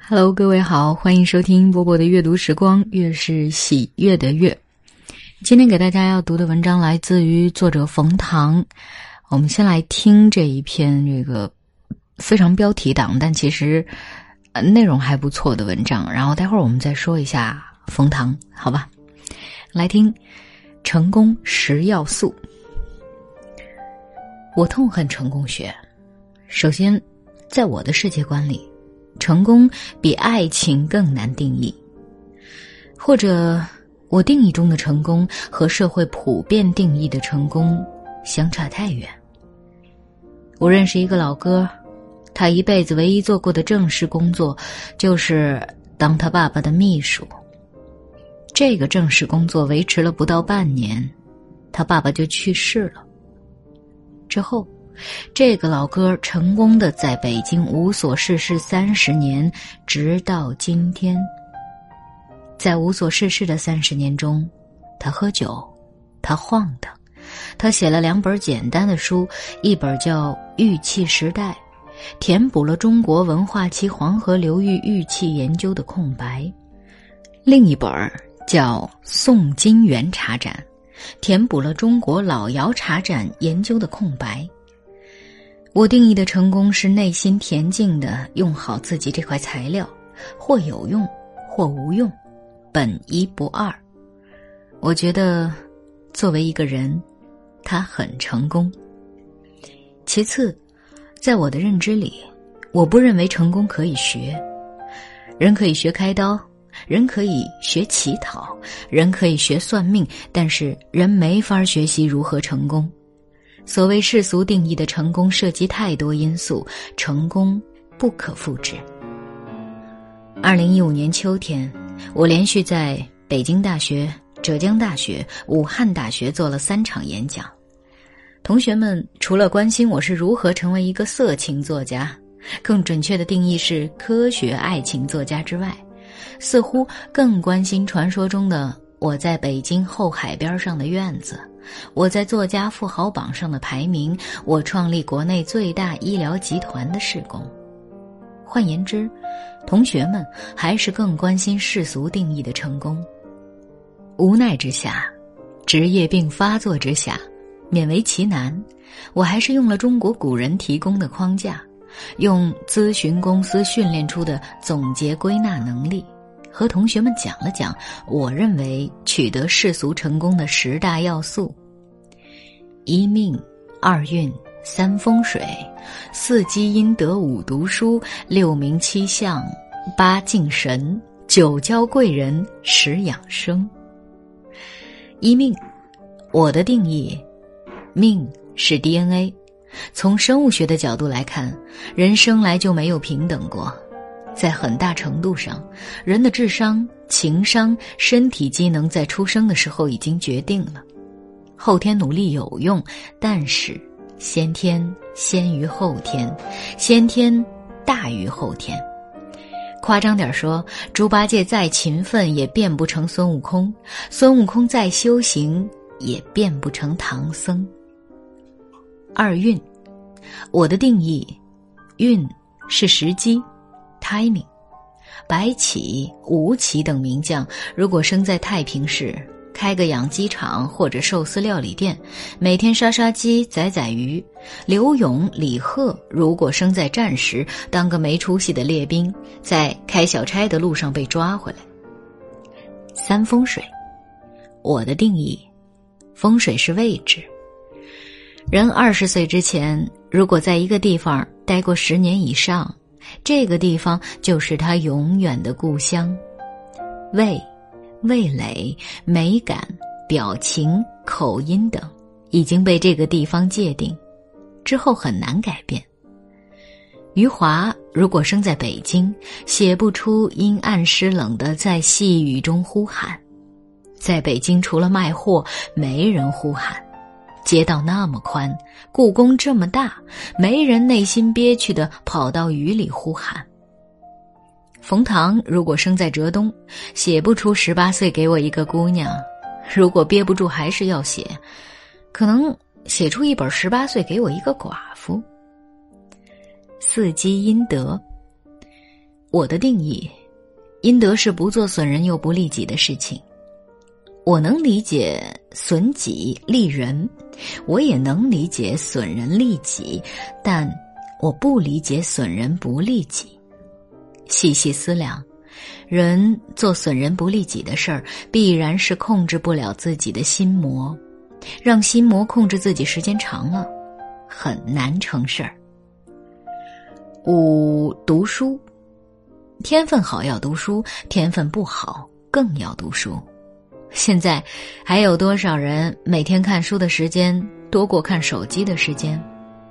Hello， 各位好，欢迎收听波波的阅读时光，月是喜悦的月。今天给大家要读的文章来自于作者冯唐。我们先来听这一篇这个非常标题党，但其实内容还不错的文章，然后待会儿我们再说一下冯唐，好吧？来听成功10要素。我痛恨成功学。首先，在我的世界观里，成功比爱情更难定义，或者我定义中的成功和社会普遍定义的成功相差太远。我认识一个老哥，他一辈子唯一做过的正式工作就是当他爸爸的秘书。这个正式工作维持了不到半年，他爸爸就去世了。之后这个老哥成功地在北京无所事事30年，直到今天。在无所事事的30年中，他喝酒，他晃荡，他写了2本简单的书，一本叫《玉器时代》，填补了中国文化期黄河流域玉器研究的空白；另一本叫《宋金元茶展》，填补了中国老窑茶展研究的空白。我定义的成功是内心恬静地用好自己这块材料，或有用，或无用，本一不二。我觉得作为一个人，他很成功。其次，在我的认知里，我不认为成功可以学。人可以学开刀，人可以学乞讨，人可以学算命，但是人没法学习如何成功。所谓世俗定义的成功涉及太多因素，成功不可复制。2015年秋天，我连续在北京大学、浙江大学、武汉大学做了3场演讲。同学们除了关心我是如何成为一个色情作家，更准确的定义是科学爱情作家之外，似乎更关心传说中的我在北京后海边上的院子，我在作家富豪榜上的排名，我创立国内最大医疗集团的事功。换言之，同学们还是更关心世俗定义的成功。无奈之下，职业病发作之下，勉为其难，我还是用了中国古人提供的框架，用咨询公司训练出的总结归纳能力，和同学们讲了讲我认为取得世俗成功的10大要素：1命、2运、3风水、4积阴德、5读书、6名7相、8敬神、9交贵人、10养生。1命，我的定义，命是 DNA。 从生物学的角度来看，人生来就没有平等过。在很大程度上，人的智商、情商、身体机能在出生的时候已经决定了。后天努力有用，但是先天先于后天，先天大于后天。夸张点说，猪八戒再勤奋也变不成孙悟空，孙悟空再修行也变不成唐僧。2运，我的定义，运是时机timing。 白起、吴起等名将如果生在太平市，开个养鸡场或者寿司料理店，每天杀杀鸡宰宰鱼；刘勇、李贺如果生在战时，当个没出息的列兵，在开小差的路上被抓回来。3风水，我的定义，风水是位置。人20岁之前，如果在一个地方待过10年以上，这个地方就是他永远的故乡。味、味蕾、美感、表情、口音等已经被这个地方界定，之后很难改变。余华如果生在北京，写不出阴暗湿冷的在细雨中呼喊。在北京除了卖货，没人呼喊。街道那么宽，故宫这么大，没人内心憋屈地跑到雨里呼喊。冯唐如果生在浙东，写不出18岁给我一个姑娘，如果憋不住还是要写，可能写出一本18岁给我一个寡妇。4积阴德， 我的定义，阴德是不做损人又不利己的事情。我能理解损己利人，我也能理解损人利己，但我不理解损人不利己。细细思量，人做损人不利己的事儿，必然是控制不了自己的心魔，让心魔控制自己时间长了，很难成事儿。5. 读书，天分好要读书，天分不好更要读书。现在还有多少人每天看书的时间多过看手机的时间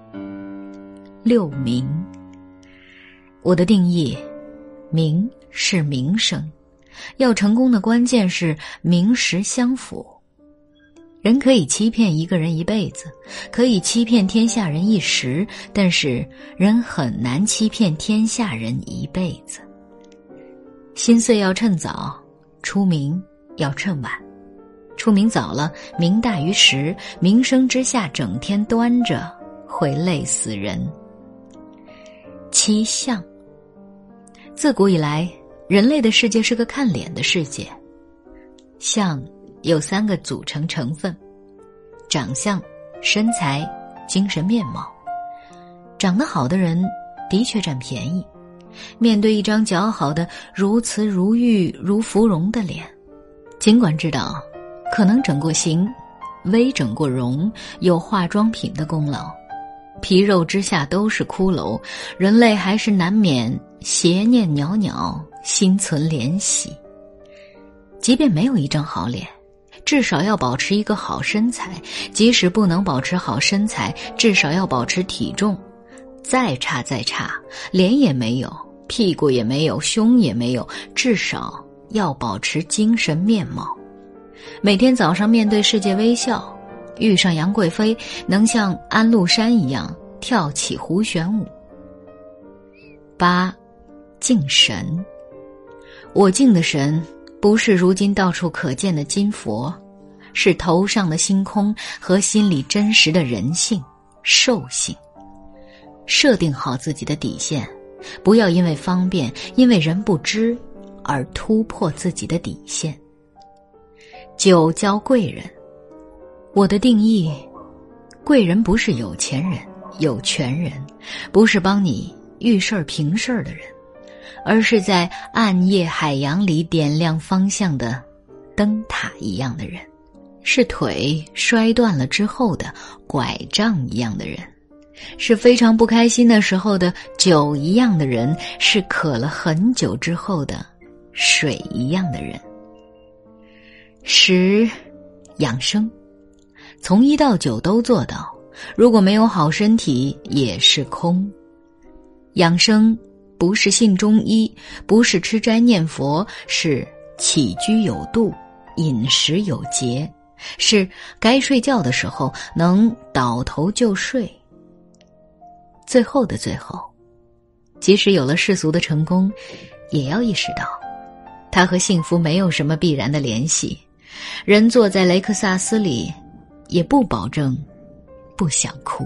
？6. 名，我的定义，名是名声，要成功的关键是名实相符。人可以欺骗一个人一辈子，可以欺骗天下人一时，但是人很难欺骗天下人一辈子。心碎要趁早，出名要趁晚。出名早了，名大于实，名声之下整天端着，会累死人。7. 相，自古以来，人类的世界是个看脸的世界。相有3个组成成分：长相、身材、精神面貌。长得好的人的确占便宜，面对一张姣好的如瓷如玉如芙蓉的脸，尽管知道可能整过形，微整过容，有化妆品的功劳，皮肉之下都是骷髅，人类还是难免邪念袅袅，心存怜惜。即便没有一张好脸，至少要保持一个好身材，即使不能保持好身材，至少要保持体重。再差再差，脸也没有，屁股也没有，胸也没有，至少要保持精神面貌。每天早上面对世界微笑，遇上杨贵妃能像安禄山一样跳起胡旋舞。8. 敬神，我敬的神不是如今到处可见的金佛，是头上的星空和心里真实的人性、兽性。设定好自己的底线，不要因为方便，因为人不知而突破自己的底线。9. 交贵人，我的定义，贵人不是有钱人、有权人，不是帮你遇事儿平事儿的人，而是在暗夜海洋里点亮方向的灯塔一样的人，是腿摔断了之后的拐杖一样的人，是非常不开心的时候的酒一样的人，是渴了很久之后的水一样的人。10. 养生，从1到9都做到，如果没有好身体也是空。养生不是信中医，不是吃斋念佛，是起居有度，饮食有节，是该睡觉的时候能倒头就睡。最后的最后，即使有了世俗的成功，也要意识到它和幸福没有什么必然的联系。人坐在雷克萨斯里，也不保证不想哭。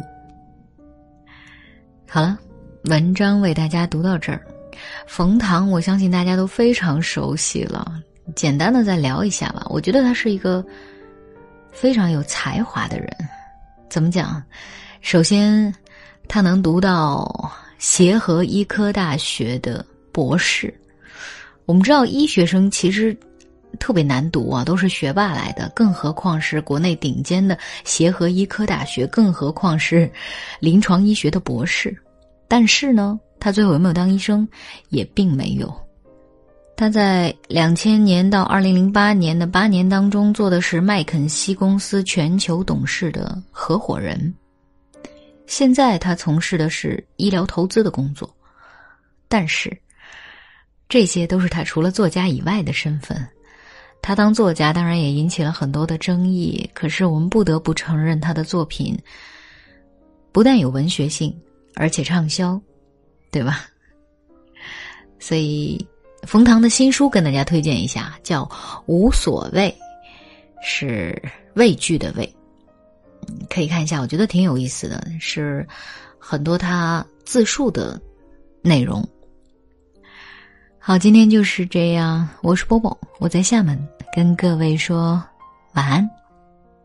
好了，文章为大家读到这儿。冯唐我相信大家都非常熟悉了，简单的再聊一下吧。我觉得他是一个非常有才华的人。怎么讲？首先他能读到协和医科大学的博士。我们知道医学生其实特别难读啊，都是学霸来的，更何况是国内顶尖的协和医科大学，更何况是临床医学的博士。但是呢，他最后有没有当医生也并没有。他在2000年到2008年的8年当中做的是麦肯锡公司全球董事的合伙人。现在他从事的是医疗投资的工作，但是这些都是他除了作家以外的身份。他当作家当然也引起了很多的争议，可是我们不得不承认他的作品不但有文学性，而且畅销，对吧？所以冯唐的新书跟大家推荐一下，叫《无所谓》，是畏惧的畏，可以看一下，我觉得挺有意思的，是很多他自述的内容。 好，今天就是这样，我是波波，我在厦门跟各位说晚安。